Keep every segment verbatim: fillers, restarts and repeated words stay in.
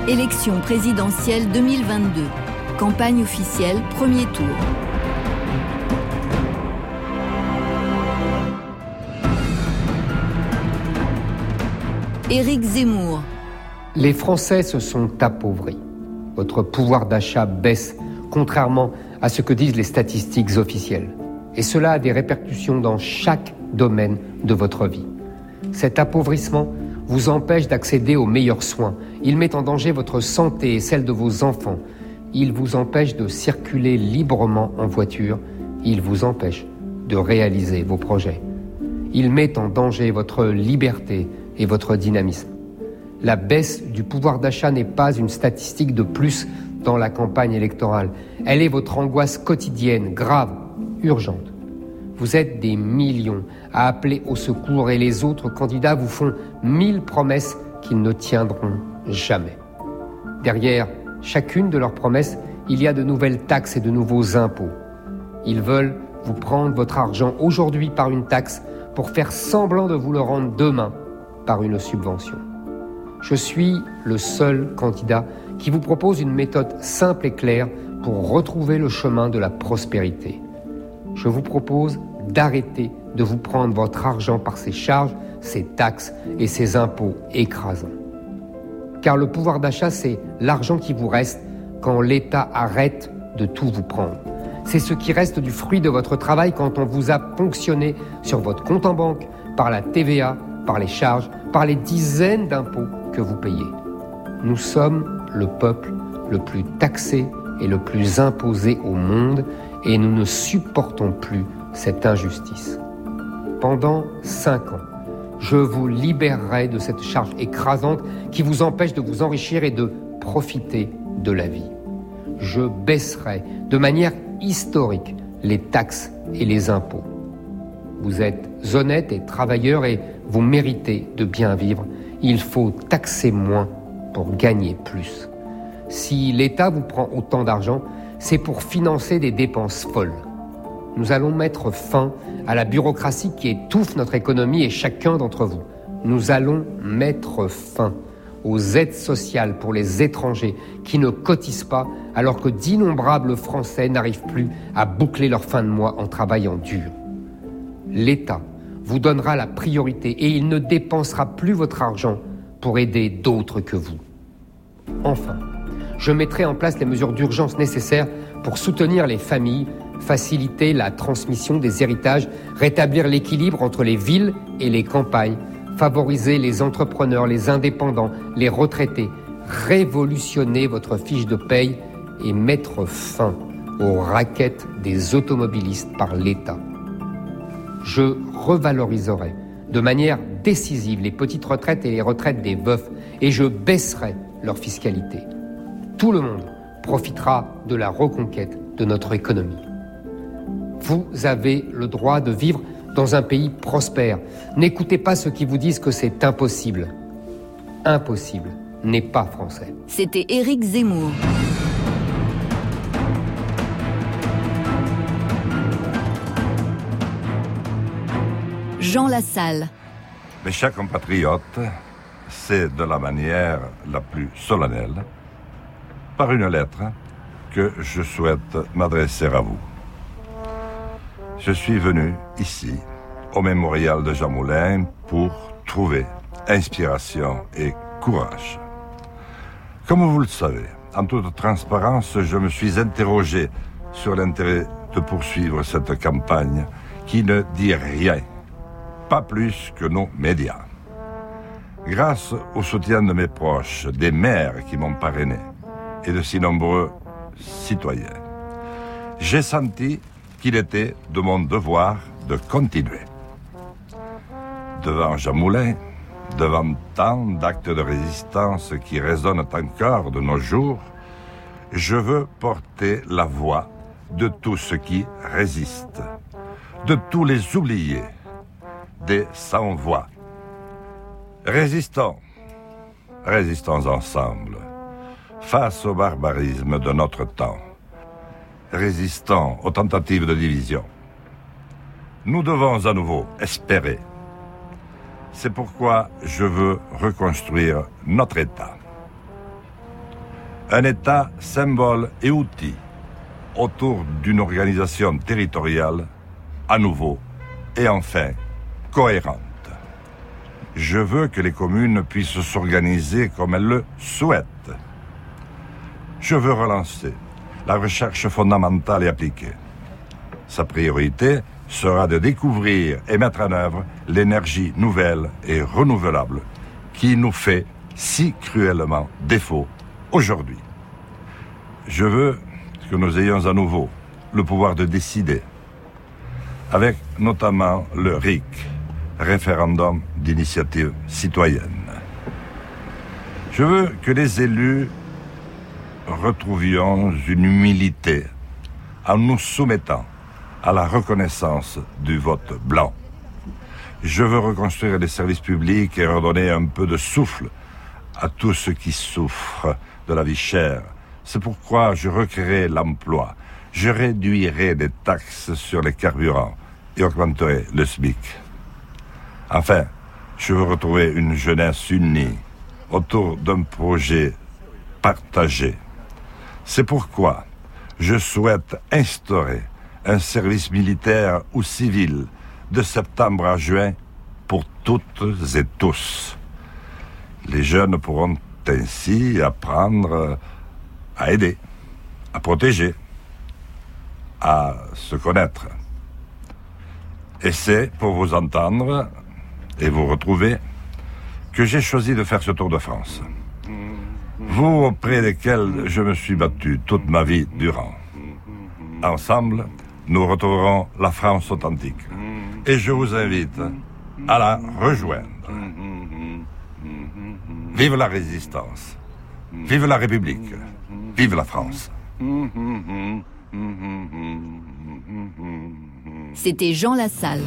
Élection présidentielle deux mille vingt-deux. Campagne officielle, premier tour. Éric Zemmour. Les Français se sont appauvris. Votre pouvoir d'achat baisse, contrairement à ce que disent les statistiques officielles. Et cela a des répercussions dans chaque domaine de votre vie. Cet appauvrissement vous empêche d'accéder aux meilleurs soins. Il met en danger votre santé et celle de vos enfants. Il vous empêche de circuler librement en voiture. Il vous empêche de réaliser vos projets. Il met en danger votre liberté et votre dynamisme. La baisse du pouvoir d'achat n'est pas une statistique de plus dans la campagne électorale. Elle est votre angoisse quotidienne, grave, urgente. Vous êtes des millions à appeler au secours et les autres candidats vous font mille promesses qu'ils ne tiendront jamais. Derrière chacune de leurs promesses, il y a de nouvelles taxes et de nouveaux impôts. Ils veulent vous prendre votre argent aujourd'hui par une taxe pour faire semblant de vous le rendre demain par une subvention. Je suis le seul candidat qui vous propose une méthode simple et claire pour retrouver le chemin de la prospérité. Je vous propose d'arrêter de vous prendre votre argent par ces charges, ces taxes et ces impôts écrasants. Car le pouvoir d'achat, c'est l'argent qui vous reste quand l'État arrête de tout vous prendre. C'est ce qui reste du fruit de votre travail quand on vous a ponctionné sur votre compte en banque par la T V A, par les charges, par les dizaines d'impôts que vous payez. Nous sommes le peuple le plus taxé et le plus imposé au monde et nous ne supportons plus cette injustice. Pendant cinq ans, je vous libérerai de cette charge écrasante qui vous empêche de vous enrichir et de profiter de la vie. Je baisserai de manière historique les taxes et les impôts. Vous êtes honnête et travailleur et vous méritez de bien vivre. Il faut taxer moins pour gagner plus. Si l'État vous prend autant d'argent, c'est pour financer des dépenses folles. Nous allons mettre fin à la bureaucratie qui étouffe notre économie et chacun d'entre vous. Nous allons mettre fin aux aides sociales pour les étrangers qui ne cotisent pas alors que d'innombrables Français n'arrivent plus à boucler leur fin de mois en travaillant dur. L'État vous donnera la priorité et il ne dépensera plus votre argent pour aider d'autres que vous. Enfin, je mettrai en place les mesures d'urgence nécessaires pour soutenir les familles, faciliter la transmission des héritages, rétablir l'équilibre entre les villes et les campagnes, favoriser les entrepreneurs, les indépendants, les retraités, révolutionner votre fiche de paye et mettre fin aux raquettes des automobilistes par l'État. Je revaloriserai de manière décisive les petites retraites et les retraites des veufs et je baisserai leur fiscalité. Tout le monde profitera de la reconquête de notre économie. Vous avez le droit de vivre dans un pays prospère. N'écoutez pas ceux qui vous disent que c'est impossible. Impossible n'est pas français. C'était Éric Zemmour. Jean Lassalle. Mes chers compatriotes, c'est de la manière la plus solennelle, par une lettre, que je souhaite m'adresser à vous. Je suis venu ici, au mémorial de Jean Moulin, pour trouver inspiration et courage. Comme vous le savez, en toute transparence, je me suis interrogé sur l'intérêt de poursuivre cette campagne qui ne dit rien, pas plus que nos médias. Grâce au soutien de mes proches, des maires qui m'ont parrainé et de si nombreux citoyens, j'ai senti qu'il était de mon devoir de continuer. Devant Jean Moulin, devant tant d'actes de résistance qui résonnent encore de nos jours, je veux porter la voix de tous ceux qui résistent, de tous les oubliés, des sans-voix. Résistons, résistons ensemble, face au barbarisme de notre temps. Résistons aux tentatives de division. Nous devons à nouveau espérer. C'est pourquoi je veux reconstruire notre État. Un État symbole et outil autour d'une organisation territoriale à nouveau et enfin cohérente. Je veux que les communes puissent s'organiser comme elles le souhaitent. Je veux relancer la recherche fondamentale et appliquée. Sa priorité sera de découvrir et mettre en œuvre l'énergie nouvelle et renouvelable qui nous fait si cruellement défaut aujourd'hui. Je veux que nous ayons à nouveau le pouvoir de décider, avec notamment le R I C, référendum d'initiative citoyenne. Je veux que les élus retrouvions une humilité en nous soumettant à la reconnaissance du vote blanc. Je veux reconstruire les services publics et redonner un peu de souffle à tous ceux qui souffrent de la vie chère. C'est pourquoi je recréerai l'emploi, je réduirai les taxes sur les carburants et augmenterai le SMIC. Enfin, je veux retrouver une jeunesse unie autour d'un projet partagé. C'est pourquoi je souhaite instaurer un service militaire ou civil de septembre à juin pour toutes et tous. Les jeunes pourront ainsi apprendre à aider, à protéger, à se connaître. Et c'est pour vous entendre et vous retrouver que j'ai choisi de faire ce tour de France. Vous auprès desquels je me suis battu toute ma vie durant. Ensemble, nous retrouverons la France authentique. Et je vous invite à la rejoindre. Vive la résistance. Vive la République. Vive la France. C'était Jean Lassalle.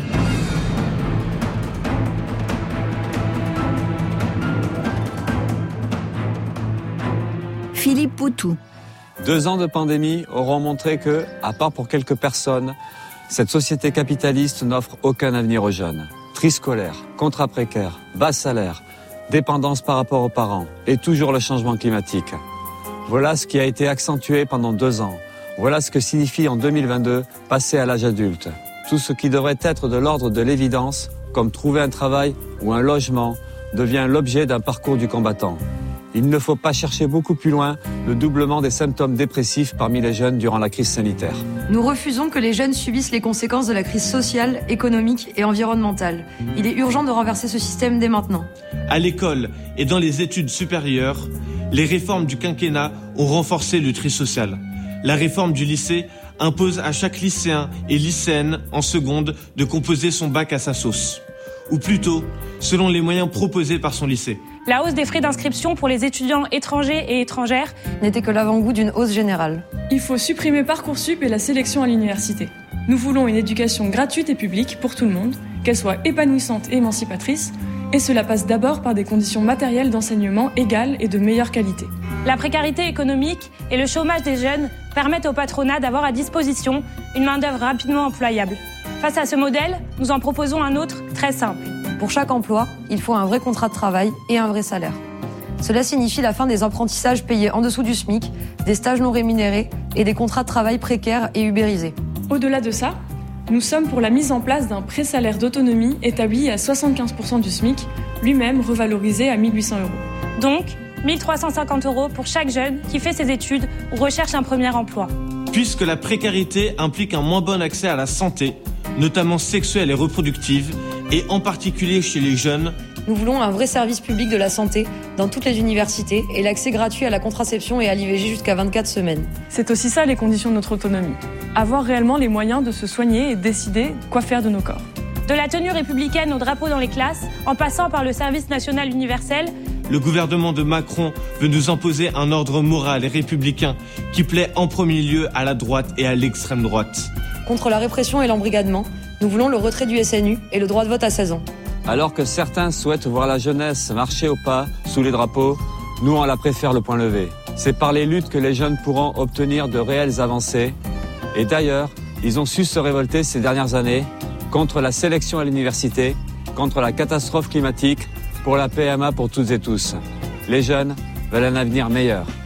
Philippe Poutou. Deux ans de pandémie auront montré que, à part pour quelques personnes, cette société capitaliste n'offre aucun avenir aux jeunes. Tri scolaire, contrat précaire, bas salaire, dépendance par rapport aux parents et toujours le changement climatique. Voilà ce qui a été accentué pendant deux ans. Voilà ce que signifie en deux mille vingt-deux passer à l'âge adulte. Tout ce qui devrait être de l'ordre de l'évidence, comme trouver un travail ou un logement, devient l'objet d'un parcours du combattant. Il ne faut pas chercher beaucoup plus loin le doublement des symptômes dépressifs parmi les jeunes durant la crise sanitaire. Nous refusons que les jeunes subissent les conséquences de la crise sociale, économique et environnementale. Il est urgent de renverser ce système dès maintenant. À l'école et dans les études supérieures, les réformes du quinquennat ont renforcé le tri social. La réforme du lycée impose à chaque lycéen et lycéenne en seconde de composer son bac à sa sauce. Ou plutôt, selon les moyens proposés par son lycée. La hausse des frais d'inscription pour les étudiants étrangers et étrangères n'était que l'avant-goût d'une hausse générale. Il faut supprimer Parcoursup et la sélection à l'université. Nous voulons une éducation gratuite et publique pour tout le monde, qu'elle soit épanouissante et émancipatrice, et cela passe d'abord par des conditions matérielles d'enseignement égales et de meilleure qualité. La précarité économique et le chômage des jeunes permettent au patronat d'avoir à disposition une main-d'œuvre rapidement employable. Face à ce modèle, nous en proposons un autre très simple. Pour chaque emploi, il faut un vrai contrat de travail et un vrai salaire. Cela signifie la fin des apprentissages payés en dessous du SMIC, des stages non rémunérés et des contrats de travail précaires et ubérisés. Au-delà de ça, nous sommes pour la mise en place d'un pré-salaire d'autonomie établi à soixante-quinze pour cent du SMIC, lui-même revalorisé à mille huit cents euros. Donc, mille trois cent cinquante euros pour chaque jeune qui fait ses études ou recherche un premier emploi. Puisque la précarité implique un moins bon accès à la santé, notamment sexuelle et reproductive, et en particulier chez les jeunes. Nous voulons un vrai service public de la santé dans toutes les universités et l'accès gratuit à la contraception et à l'I V G jusqu'à vingt-quatre semaines. C'est aussi ça les conditions de notre autonomie. Avoir réellement les moyens de se soigner et décider quoi faire de nos corps. De la tenue républicaine au drapeau dans les classes, en passant par le service national universel, le gouvernement de Macron veut nous imposer un ordre moral et républicain qui plaît en premier lieu à la droite et à l'extrême droite. Contre la répression et l'embrigadement, nous voulons le retrait du S N U et le droit de vote à seize ans. Alors que certains souhaitent voir la jeunesse marcher au pas sous les drapeaux, nous on la préfère le point levé. C'est par les luttes que les jeunes pourront obtenir de réelles avancées. Et d'ailleurs, ils ont su se révolter ces dernières années contre la sélection à l'université, contre la catastrophe climatique, pour la P M A pour toutes et tous. Les jeunes veulent un avenir meilleur.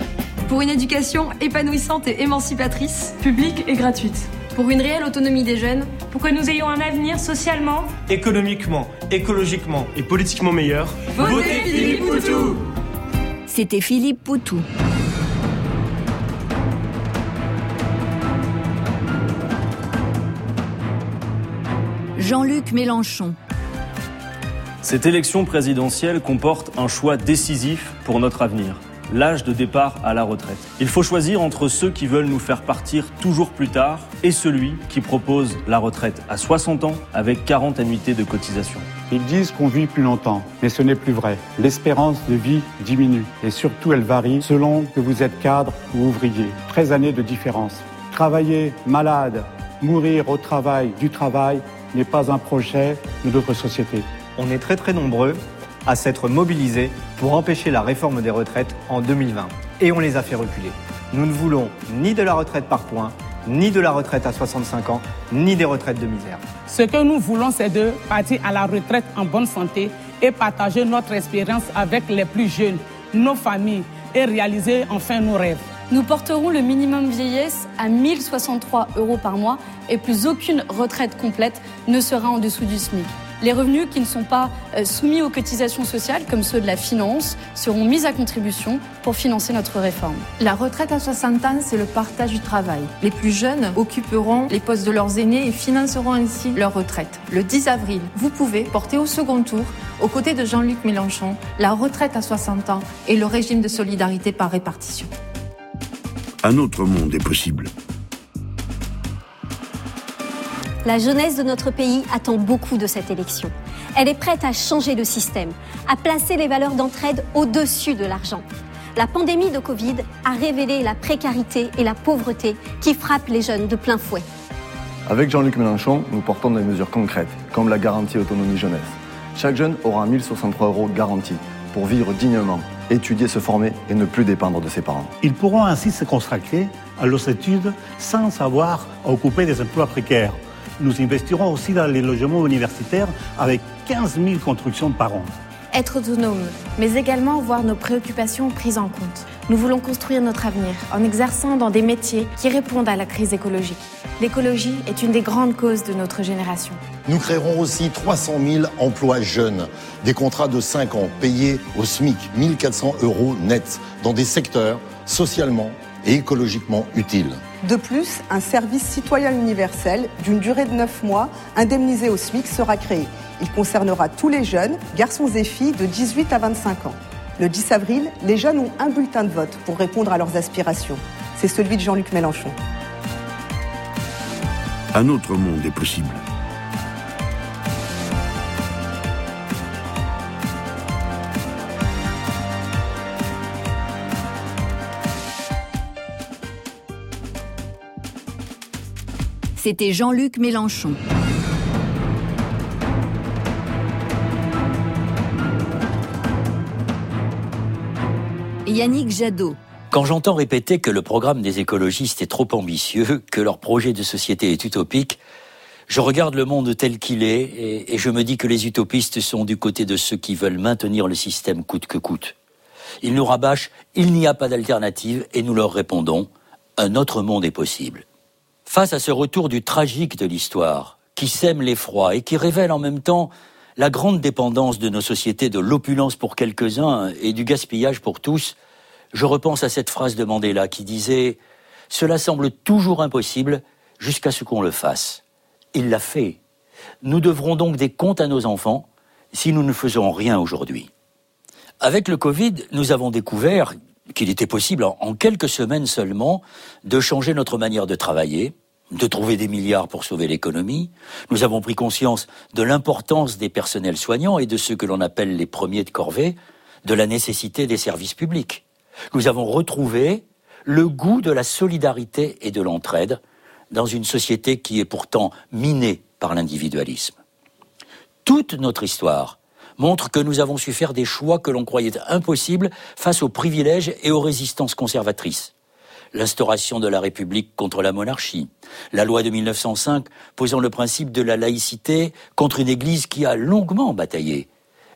Pour une éducation épanouissante et émancipatrice, publique et gratuite. pour une réelle autonomie des jeunes, pour que nous ayons un avenir socialement, économiquement, écologiquement et politiquement meilleur. Votez Philippe Poutou. C'était Philippe Poutou. Jean-Luc Mélenchon. Cette élection présidentielle comporte un choix décisif pour notre avenir, l'âge de départ à la retraite. Il faut choisir entre ceux qui veulent nous faire partir toujours plus tard et celui qui propose la retraite à soixante ans avec quarante annuités de cotisation. Ils disent qu'on vit plus longtemps, mais ce n'est plus vrai. L'espérance de vie diminue et surtout elle varie selon que vous êtes cadre ou ouvrier. treize années de différence. Travailler malade, mourir au travail, du travail n'est pas un projet de notre société. On est très très nombreux à s'être mobilisés pour empêcher la réforme des retraites en deux mille vingt. Et on les a fait reculer. Nous ne voulons ni de la retraite par points, ni de la retraite à soixante-cinq ans, ni des retraites de misère. Ce que nous voulons, c'est de partir à la retraite en bonne santé et partager notre expérience avec les plus jeunes, nos familles, et réaliser enfin nos rêves. Nous porterons le minimum vieillesse à mille soixante-trois euros par mois et plus aucune retraite complète ne sera en dessous du SMIC. Les revenus qui ne sont pas soumis aux cotisations sociales, comme ceux de la finance, seront mis à contribution pour financer notre réforme. La retraite à soixante ans, c'est le partage du travail. Les plus jeunes occuperont les postes de leurs aînés et financeront ainsi leur retraite. Le dix avril, vous pouvez porter au second tour, aux côtés de Jean-Luc Mélenchon, la retraite à soixante ans et le régime de solidarité par répartition. Un autre monde est possible. La jeunesse de notre pays attend beaucoup de cette élection. Elle est prête à changer le système, à placer les valeurs d'entraide au-dessus de l'argent. La pandémie de Covid a révélé la précarité et la pauvreté qui frappent les jeunes de plein fouet. Avec Jean-Luc Mélenchon, nous portons des mesures concrètes, comme la garantie autonomie jeunesse. Chaque jeune aura mille soixante-trois euros garantis pour vivre dignement, étudier, se former et ne plus dépendre de ses parents. Ils pourront ainsi se consacrer à leurs études sans avoir à occuper des emplois précaires. Nous investirons aussi dans les logements universitaires avec quinze mille constructions par an. Être autonome, mais également voir nos préoccupations prises en compte. Nous voulons construire notre avenir en exerçant dans des métiers qui répondent à la crise écologique. L'écologie est une des grandes causes de notre génération. Nous créerons aussi trois cent mille emplois jeunes, des contrats de cinq ans payés au SMIC, mille quatre cents euros net, dans des secteurs socialement et écologiquement utiles. De plus, un service citoyen universel d'une durée de neuf mois, indemnisé au SMIC, sera créé. Il concernera tous les jeunes, garçons et filles de dix-huit à vingt-cinq ans. Le dix avril, les jeunes ont un bulletin de vote pour répondre à leurs aspirations. C'est celui de Jean-Luc Mélenchon. Un autre monde est possible. C'était Jean-Luc Mélenchon. Yannick Jadot. Quand j'entends répéter que le programme des écologistes est trop ambitieux, que leur projet de société est utopique, je regarde le monde tel qu'il est et, et je me dis que les utopistes sont du côté de ceux qui veulent maintenir le système coûte que coûte. Ils nous rabâchent « il n'y a pas d'alternative » et nous leur répondons « un autre monde est possible ». Face à ce retour du tragique de l'histoire, qui sème l'effroi et qui révèle en même temps la grande dépendance de nos sociétés de l'opulence pour quelques-uns et du gaspillage pour tous, je repense à cette phrase de Mandela qui disait « Cela semble toujours impossible jusqu'à ce qu'on le fasse ». Il l'a fait. Nous devrons donc des comptes à nos enfants si nous ne faisons rien aujourd'hui. Avec le Covid, nous avons découvert qu'il était possible, en quelques semaines seulement, de changer notre manière de travailler, de trouver des milliards pour sauver l'économie. Nous avons pris conscience de l'importance des personnels soignants et de ceux que l'on appelle les premiers de corvée, de la nécessité des services publics. Nous avons retrouvé le goût de la solidarité et de l'entraide dans une société qui est pourtant minée par l'individualisme. Toute notre histoire montre que nous avons su faire des choix que l'on croyait impossibles face aux privilèges et aux résistances conservatrices. L'instauration de la République contre la monarchie, la loi de mille neuf cent cinq posant le principe de la laïcité contre une Église qui a longuement bataillé,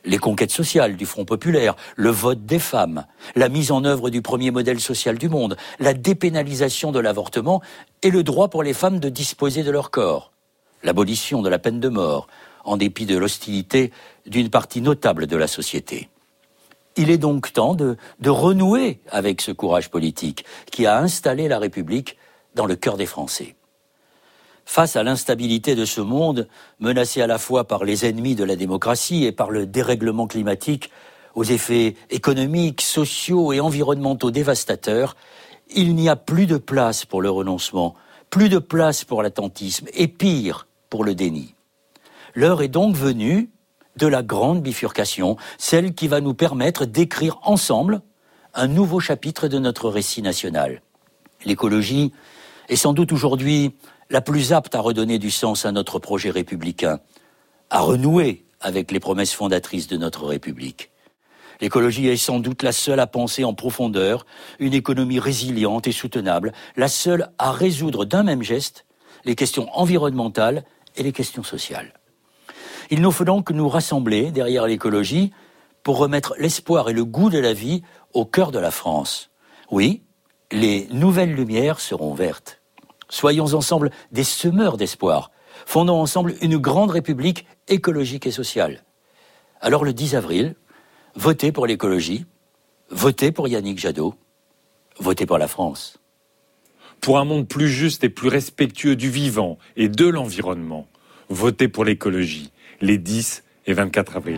les conquêtes sociales du Front populaire, le vote des femmes, la mise en œuvre du premier modèle social du monde, la dépénalisation de l'avortement et le droit pour les femmes de disposer de leur corps, l'abolition de la peine de mort, en dépit de l'hostilité d'une partie notable de la société. Il est donc temps de, de renouer avec ce courage politique qui a installé la République dans le cœur des Français. Face à l'instabilité de ce monde, menacé à la fois par les ennemis de la démocratie et par le dérèglement climatique, aux effets économiques, sociaux et environnementaux dévastateurs, il n'y a plus de place pour le renoncement, plus de place pour l'attentisme et pire, pour le déni. L'heure est donc venue de la grande bifurcation, celle qui va nous permettre d'écrire ensemble un nouveau chapitre de notre récit national. L'écologie est sans doute aujourd'hui la plus apte à redonner du sens à notre projet républicain, à renouer avec les promesses fondatrices de notre République. L'écologie est sans doute la seule à penser en profondeur une économie résiliente et soutenable, la seule à résoudre d'un même geste les questions environnementales et les questions sociales. Il nous faut donc nous rassembler derrière l'écologie pour remettre l'espoir et le goût de la vie au cœur de la France. Oui, les nouvelles lumières seront vertes. Soyons ensemble des semeurs d'espoir. Fondons ensemble une grande république écologique et sociale. Alors le dix avril, votez pour l'écologie, votez pour Yannick Jadot, votez pour la France. Pour un monde plus juste et plus respectueux du vivant et de l'environnement, votez pour l'écologie, les dix et vingt-quatre avril.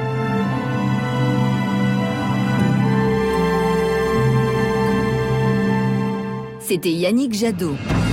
C'était Yannick Jadot.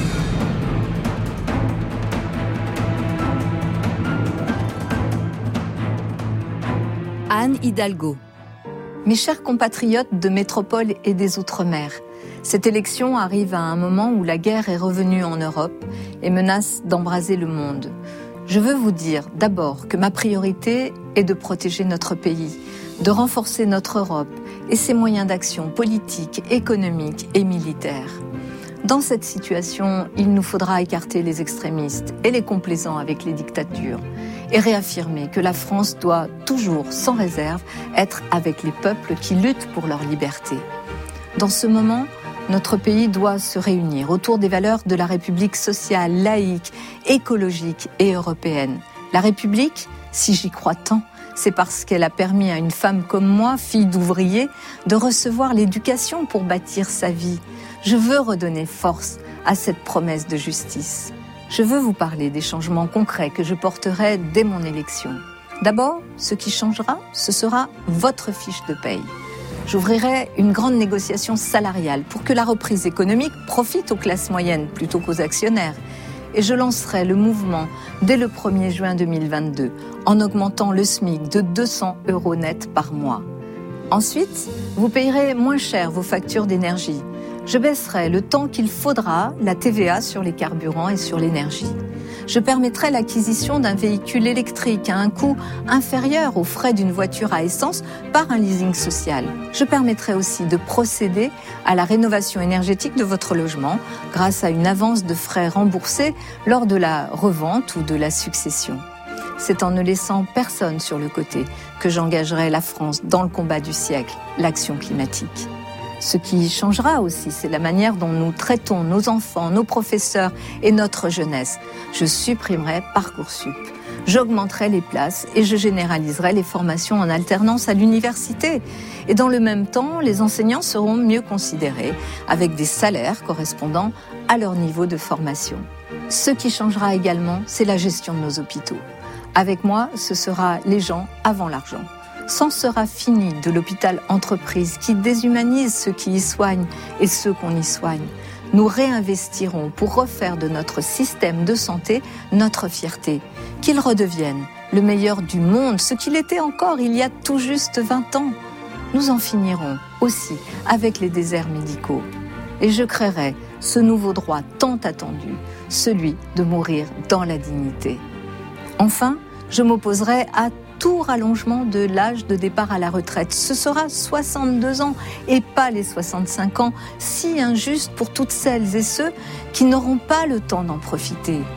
Anne Hidalgo. Mes chers compatriotes de métropole et des Outre-mer, cette élection arrive à un moment où la guerre est revenue en Europe et menace d'embraser le monde. Je veux vous dire d'abord que ma priorité est de protéger notre pays, de renforcer notre Europe et ses moyens d'action politiques, économiques et militaires. Dans cette situation, il nous faudra écarter les extrémistes et les complaisants avec les dictatures et réaffirmer que la France doit toujours, sans réserve, être avec les peuples qui luttent pour leur liberté. Dans ce moment, notre pays doit se réunir autour des valeurs de la République sociale, laïque, écologique et européenne. La République, si j'y crois tant, c'est parce qu'elle a permis à une femme comme moi, fille d'ouvrier, de recevoir l'éducation pour bâtir sa vie. Je veux redonner force à cette promesse de justice. Je veux vous parler des changements concrets que je porterai dès mon élection. D'abord, ce qui changera, ce sera votre fiche de paye. J'ouvrirai une grande négociation salariale pour que la reprise économique profite aux classes moyennes plutôt qu'aux actionnaires. Et je lancerai le mouvement dès le premier juin deux mille vingt-deux en augmentant le SMIC de deux cents euros net par mois. Ensuite, vous payerez moins cher vos factures d'énergie. Je baisserai le temps qu'il faudra la T V A sur les carburants et sur l'énergie. Je permettrai l'acquisition d'un véhicule électrique à un coût inférieur aux frais d'une voiture à essence par un leasing social. Je permettrai aussi de procéder à la rénovation énergétique de votre logement grâce à une avance de frais remboursés lors de la revente ou de la succession. C'est en ne laissant personne sur le côté que j'engagerai la France dans le combat du siècle, l'action climatique. Ce qui changera aussi, c'est la manière dont nous traitons nos enfants, nos professeurs et notre jeunesse. Je supprimerai Parcoursup. J'augmenterai les places et je généraliserai les formations en alternance à l'université. Et dans le même temps, les enseignants seront mieux considérés, avec des salaires correspondant à leur niveau de formation. Ce qui changera également, c'est la gestion de nos hôpitaux. Avec moi, ce sera les gens avant l'argent. S'en sera fini de l'hôpital entreprise qui déshumanise ceux qui y soignent et ceux qu'on y soigne. Nous réinvestirons pour refaire de notre système de santé notre fierté, qu'il redevienne le meilleur du monde, ce qu'il était encore il y a tout juste vingt ans. Nous en finirons aussi avec les déserts médicaux. Et je créerai ce nouveau droit tant attendu, celui de mourir dans la dignité. Enfin, je m'opposerai à tout rallongement de l'âge de départ à la retraite. Ce sera soixante-deux ans et pas les soixante-cinq ans, si injuste pour toutes celles et ceux qui n'auront pas le temps d'en profiter.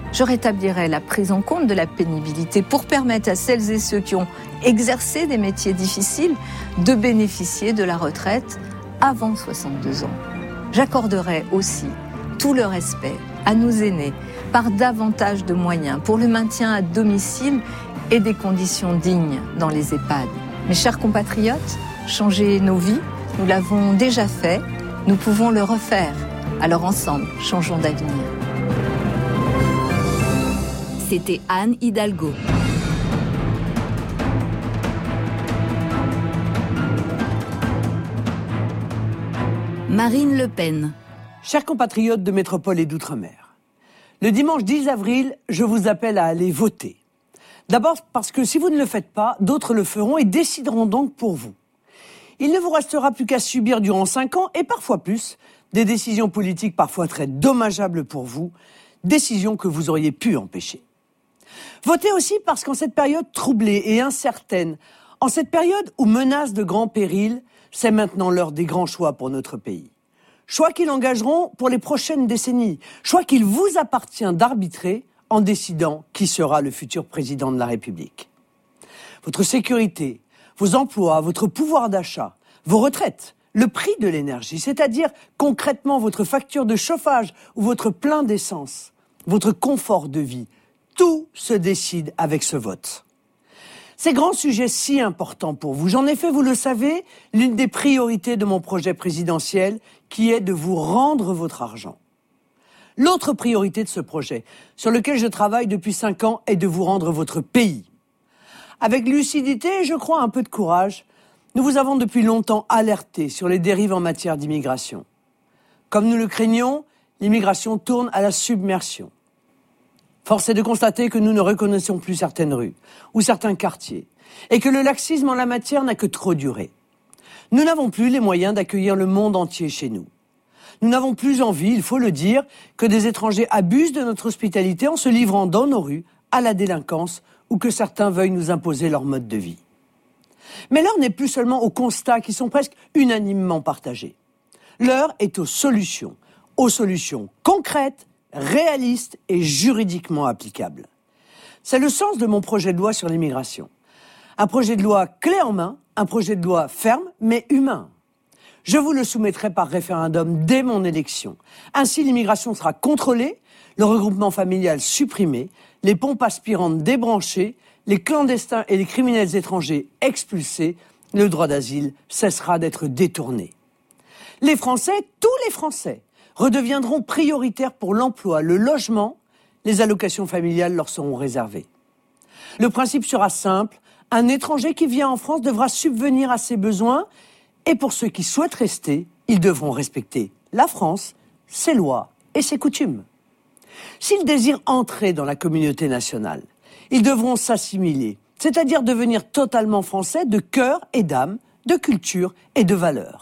Je rétablirai la prise en compte de la pénibilité pour permettre à celles et ceux qui ont exercé des métiers difficiles de bénéficier de la retraite avant soixante-deux ans. J'accorderai aussi tout le respect à nos aînés par davantage de moyens pour le maintien à domicile et des conditions dignes dans les EHPAD. Mes chers compatriotes, changer nos vies, nous l'avons déjà fait, nous pouvons le refaire. Alors ensemble, changeons d'avenir. C'était Anne Hidalgo. Marine Le Pen. Chers compatriotes de métropole et d'outre-mer, le dimanche dix avril, je vous appelle à aller voter. D'abord parce que si vous ne le faites pas, d'autres le feront et décideront donc pour vous. Il ne vous restera plus qu'à subir durant cinq ans, et parfois plus, des décisions politiques parfois très dommageables pour vous, décisions que vous auriez pu empêcher. Votez aussi parce qu'en cette période troublée et incertaine, en cette période où menace de grands périls, c'est maintenant l'heure des grands choix pour notre pays. Choix qui l'engageront pour les prochaines décennies. Choix qu'il vous appartient d'arbitrer en décidant qui sera le futur président de la République. Votre sécurité, vos emplois, votre pouvoir d'achat, vos retraites, le prix de l'énergie, c'est-à-dire concrètement votre facture de chauffage ou votre plein d'essence, votre confort de vie, tout se décide avec ce vote. Ces grands sujets si importants pour vous, j'en ai fait, vous le savez, l'une des priorités de mon projet présidentiel, qui est de vous rendre votre argent. L'autre priorité de ce projet, sur lequel je travaille depuis cinq ans, est de vous rendre votre pays. Avec lucidité et je crois un peu de courage, nous vous avons depuis longtemps alerté sur les dérives en matière d'immigration. Comme nous le craignons, l'immigration tourne à la submersion. Force est de constater que nous ne reconnaissons plus certaines rues ou certains quartiers et que le laxisme en la matière n'a que trop duré. Nous n'avons plus les moyens d'accueillir le monde entier chez nous. Nous n'avons plus envie, il faut le dire, que des étrangers abusent de notre hospitalité en se livrant dans nos rues à la délinquance ou que certains veuillent nous imposer leur mode de vie. Mais l'heure n'est plus seulement aux constats qui sont presque unanimement partagés. L'heure est aux solutions, aux solutions concrètes, réaliste et juridiquement applicable. C'est le sens de mon projet de loi sur l'immigration. Un projet de loi clé en main, un projet de loi ferme mais humain. Je vous le soumettrai par référendum dès mon élection. Ainsi, l'immigration sera contrôlée, le regroupement familial supprimé, les pompes aspirantes débranchées, les clandestins et les criminels étrangers expulsés, le droit d'asile cessera d'être détourné. Les Français, tous les Français, redeviendront prioritaires pour l'emploi, le logement, les allocations familiales leur seront réservées. Le principe sera simple, un étranger qui vient en France devra subvenir à ses besoins et pour ceux qui souhaitent rester, ils devront respecter la France, ses lois et ses coutumes. S'ils désirent entrer dans la communauté nationale, ils devront s'assimiler, c'est-à-dire devenir totalement français de cœur et d'âme, de culture et de valeurs.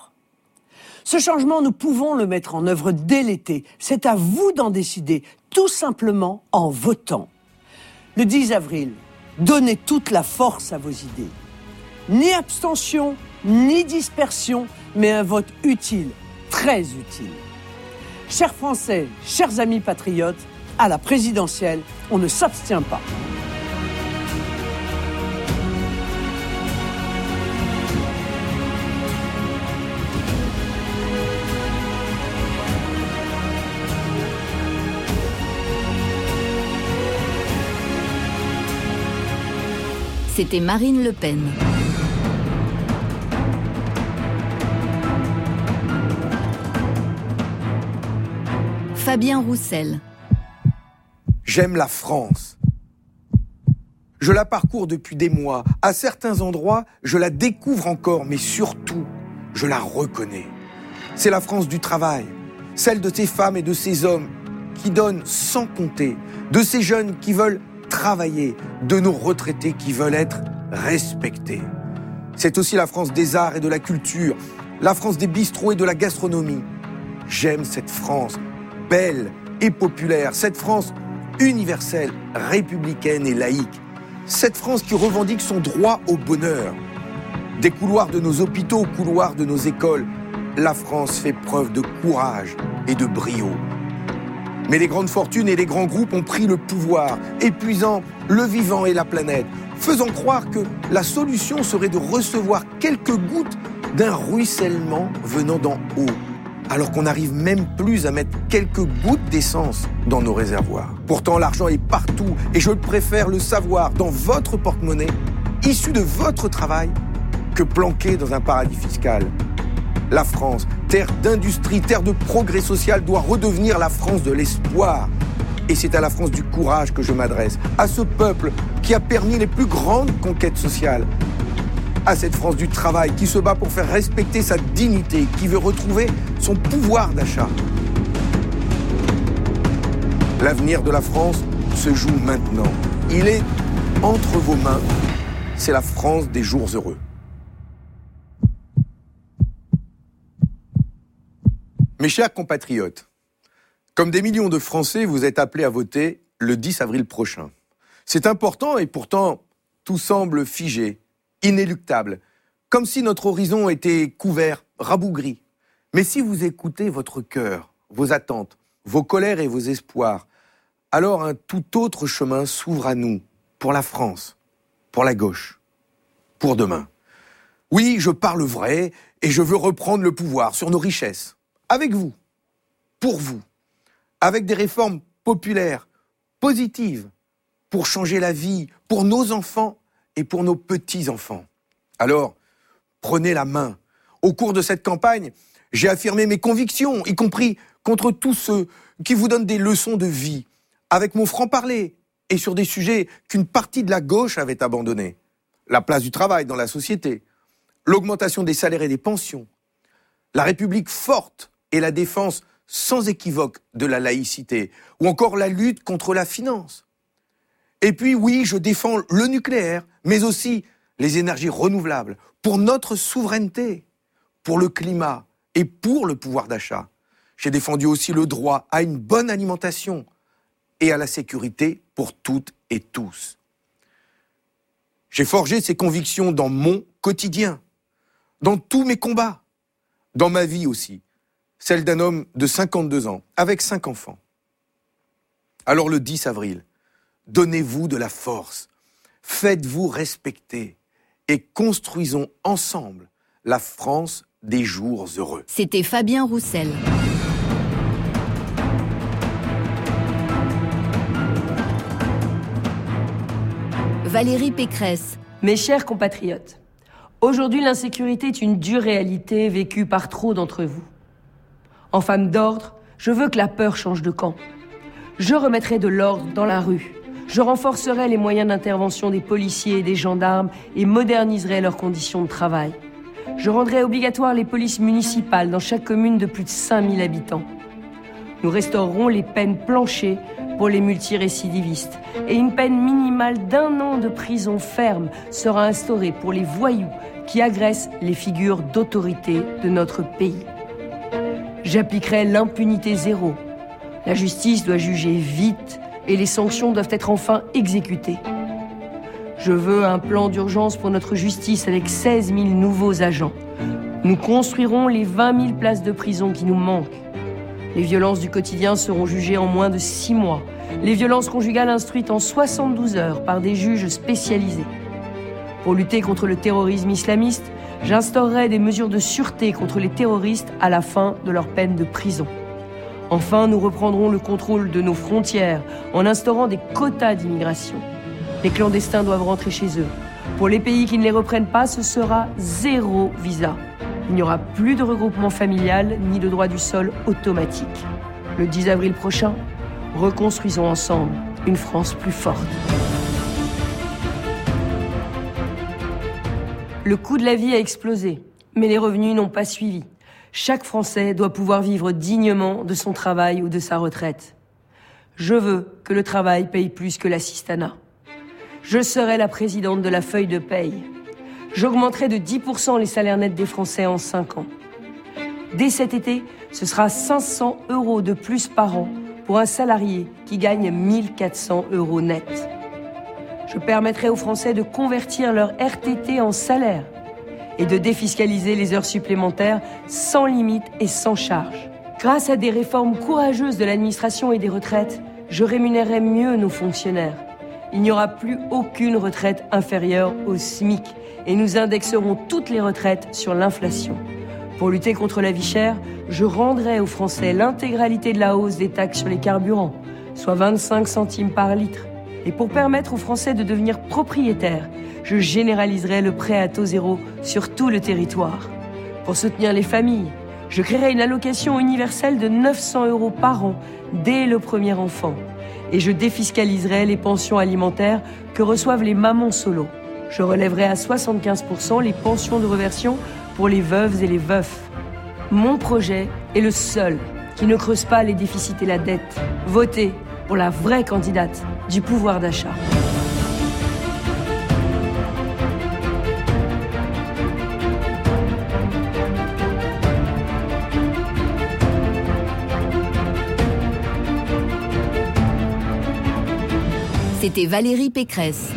Ce changement, nous pouvons le mettre en œuvre dès l'été. C'est à vous d'en décider, tout simplement en votant. Le dix avril, donnez toute la force à vos idées. Ni abstention, ni dispersion, mais un vote utile, très utile. Chers Français, chers amis patriotes, à la présidentielle, on ne s'abstient pas. C'était Marine Le Pen. Fabien Roussel. J'aime la France. Je la parcours depuis des mois. À certains endroits, je la découvre encore, mais surtout, je la reconnais. C'est la France du travail, celle de ces femmes et de ces hommes qui donnent sans compter, de ces jeunes qui veulent travailler, de nos retraités qui veulent être respectés. C'est aussi la France des arts et de la culture, la France des bistrots et de la gastronomie. J'aime cette France belle et populaire, cette France universelle, républicaine et laïque, cette France qui revendique son droit au bonheur. Des couloirs de nos hôpitaux aux couloirs de nos écoles, la France fait preuve de courage et de brio. Mais les grandes fortunes et les grands groupes ont pris le pouvoir, épuisant le vivant et la planète, faisant croire que la solution serait de recevoir quelques gouttes d'un ruissellement venant d'en haut, alors qu'on n'arrive même plus à mettre quelques gouttes d'essence dans nos réservoirs. Pourtant, l'argent est partout et je préfère le savoir dans votre porte-monnaie, issu de votre travail, que planqué dans un paradis fiscal. La France, terre d'industrie, terre de progrès social, doit redevenir la France de l'espoir. Et c'est à la France du courage que je m'adresse, à ce peuple qui a permis les plus grandes conquêtes sociales, à cette France du travail qui se bat pour faire respecter sa dignité, qui veut retrouver son pouvoir d'achat. L'avenir de la France se joue maintenant. Il est entre vos mains. C'est la France des jours heureux. Mes chers compatriotes, comme des millions de Français, vous êtes appelés à voter le dix avril prochain. C'est important et pourtant, tout semble figé, inéluctable, comme si notre horizon était couvert, rabougri. Mais si vous écoutez votre cœur, vos attentes, vos colères et vos espoirs, alors un tout autre chemin s'ouvre à nous, pour la France, pour la gauche, pour demain. Oui, je parle vrai et je veux reprendre le pouvoir sur nos richesses. Avec vous, pour vous, avec des réformes populaires, positives, pour changer la vie, pour nos enfants et pour nos petits-enfants. Alors, prenez la main. Au cours de cette campagne, j'ai affirmé mes convictions, y compris contre tous ceux qui vous donnent des leçons de vie, avec mon franc-parler et sur des sujets qu'une partie de la gauche avait abandonnés. La place du travail dans la société, l'augmentation des salaires et des pensions, la République forte et la défense sans équivoque de la laïcité, ou encore la lutte contre la finance. Et puis oui, je défends le nucléaire, mais aussi les énergies renouvelables, pour notre souveraineté, pour le climat et pour le pouvoir d'achat. J'ai défendu aussi le droit à une bonne alimentation et à la sécurité pour toutes et tous. J'ai forgé ces convictions dans mon quotidien, dans tous mes combats, dans ma vie aussi, celle d'un homme de cinquante-deux ans, avec cinq enfants. Alors le dix avril, donnez-vous de la force, faites-vous respecter et construisons ensemble la France des jours heureux. C'était Fabien Roussel. Valérie Pécresse. Mes chers compatriotes, aujourd'hui l'insécurité est une dure réalité vécue par trop d'entre vous. En femme d'ordre, je veux que la peur change de camp. Je remettrai de l'ordre dans la rue. Je renforcerai les moyens d'intervention des policiers et des gendarmes et moderniserai leurs conditions de travail. Je rendrai obligatoire les polices municipales dans chaque commune de plus de cinq mille habitants. Nous restaurerons les peines planchées pour les multirécidivistes et une peine minimale d'un an de prison ferme sera instaurée pour les voyous qui agressent les figures d'autorité de notre pays. J'appliquerai l'impunité zéro. La justice doit juger vite et les sanctions doivent être enfin exécutées. Je veux un plan d'urgence pour notre justice avec seize mille nouveaux agents. Nous construirons les vingt mille places de prison qui nous manquent. Les violences du quotidien seront jugées en moins de six mois. Les violences conjugales instruites en soixante-douze heures par des juges spécialisés. Pour lutter contre le terrorisme islamiste, j'instaurerai des mesures de sûreté contre les terroristes à la fin de leur peine de prison. Enfin, nous reprendrons le contrôle de nos frontières en instaurant des quotas d'immigration. Les clandestins doivent rentrer chez eux. Pour les pays qui ne les reprennent pas, ce sera zéro visa. Il n'y aura plus de regroupement familial ni de droit du sol automatique. Le dix avril prochain, reconstruisons ensemble une France plus forte. Le coût de la vie a explosé, mais les revenus n'ont pas suivi. Chaque Français doit pouvoir vivre dignement de son travail ou de sa retraite. Je veux que le travail paye plus que l'assistanat. Je serai la présidente de la feuille de paye. J'augmenterai de dix pour cent les salaires nets des Français en cinq ans. Dès cet été, ce sera cinq cents euros de plus par an pour un salarié qui gagne mille quatre cents euros net. Je permettrai aux Français de convertir leur R T T en salaire et de défiscaliser les heures supplémentaires sans limite et sans charge. Grâce à des réformes courageuses de l'administration et des retraites, je rémunérerai mieux nos fonctionnaires. Il n'y aura plus aucune retraite inférieure au SMIC et nous indexerons toutes les retraites sur l'inflation. Pour lutter contre la vie chère, je rendrai aux Français l'intégralité de la hausse des taxes sur les carburants, soit vingt-cinq centimes par litre. Et pour permettre aux Français de devenir propriétaires, je généraliserai le prêt à taux zéro sur tout le territoire. Pour soutenir les familles, je créerai une allocation universelle de neuf cents euros par an dès le premier enfant. Et je défiscaliserai les pensions alimentaires que reçoivent les mamans solo. Je relèverai à soixante-quinze pour cent les pensions de réversion pour les veuves et les veufs. Mon projet est le seul qui ne creuse pas les déficits et la dette. Votez pour la vraie candidate du pouvoir d'achat. C'était Valérie Pécresse.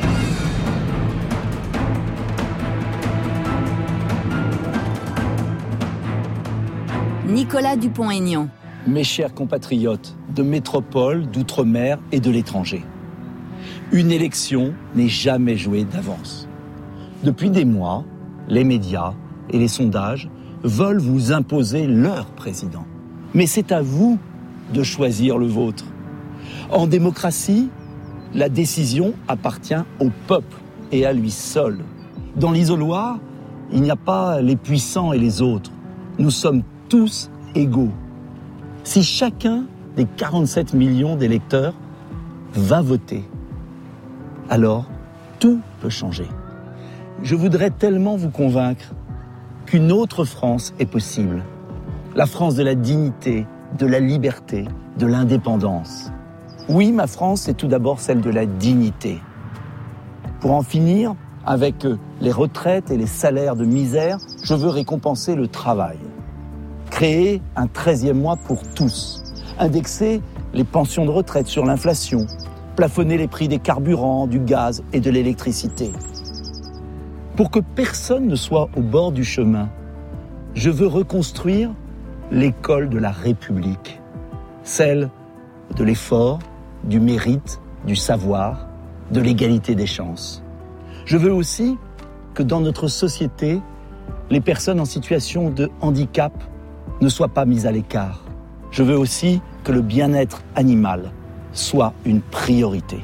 Nicolas Dupont-Aignan. Mes chers compatriotes de métropole, d'outre-mer et de l'étranger, une élection n'est jamais jouée d'avance. Depuis des mois, les médias et les sondages veulent vous imposer leur président. Mais c'est à vous de choisir le vôtre. En démocratie, la décision appartient au peuple et à lui seul. Dans l'isoloir, il n'y a pas les puissants et les autres. Nous sommes tous égaux. Si chacun des quarante-sept millions d'électeurs va voter, alors tout peut changer. Je voudrais tellement vous convaincre qu'une autre France est possible. La France de la dignité, de la liberté, de l'indépendance. Oui, ma France, c'est tout d'abord celle de la dignité. Pour en finir avec les retraites et les salaires de misère, je veux récompenser le travail. Créer un treizième mois pour tous. Indexer les pensions de retraite sur l'inflation. Plafonner les prix des carburants, du gaz et de l'électricité. Pour que personne ne soit au bord du chemin, je veux reconstruire l'école de la République. Celle de l'effort, du mérite, du savoir, de l'égalité des chances. Je veux aussi que dans notre société, les personnes en situation de handicap ne soient pas mises à l'écart. Je veux aussi que le bien-être animal soit une priorité.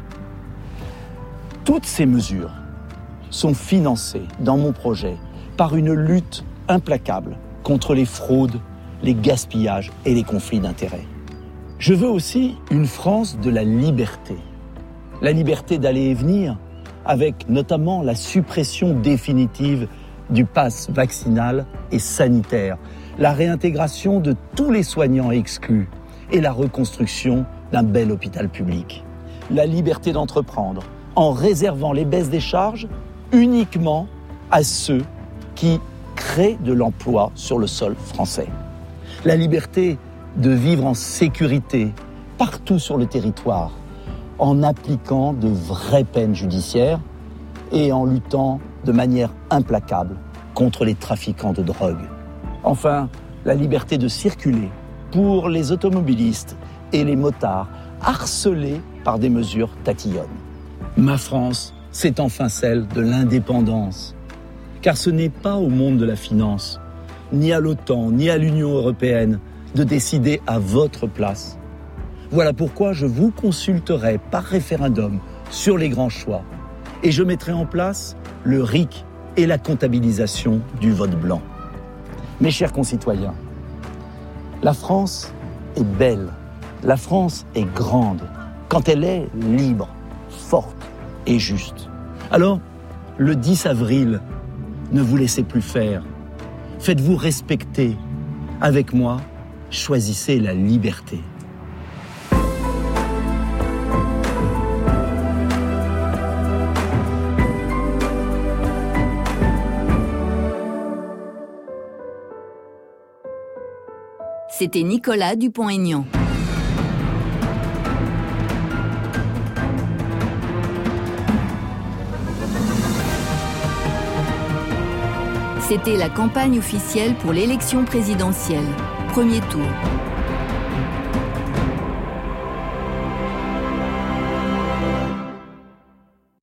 Toutes ces mesures sont financées dans mon projet par une lutte implacable contre les fraudes, les gaspillages et les conflits d'intérêts. Je veux aussi une France de la liberté. La liberté d'aller et venir, avec notamment la suppression définitive du pass vaccinal et sanitaire, la réintégration de tous les soignants exclus et la reconstruction d'un bel hôpital public. La liberté d'entreprendre, en réservant les baisses des charges uniquement à ceux qui créent de l'emploi sur le sol français. La liberté de vivre en sécurité partout sur le territoire, en appliquant de vraies peines judiciaires et en luttant de manière implacable contre les trafiquants de drogue. Enfin, la liberté de circuler pour les automobilistes et les motards harcelés par des mesures tatillonnes. Ma France, c'est enfin celle de l'indépendance, car ce n'est pas au monde de la finance, ni à l'OTAN, ni à l'Union européenne, de décider à votre place. Voilà pourquoi je vous consulterai par référendum sur les grands choix et je mettrai en place le R I C et la comptabilisation du vote blanc. Mes chers concitoyens, la France est belle, la France est grande quand elle est libre, forte et juste. Alors, le dix avril, ne vous laissez plus faire. Faites-vous respecter. Avec moi, choisissez la liberté. C'était Nicolas Dupont-Aignan. C'était la campagne officielle pour l'élection présidentielle. Premier tour.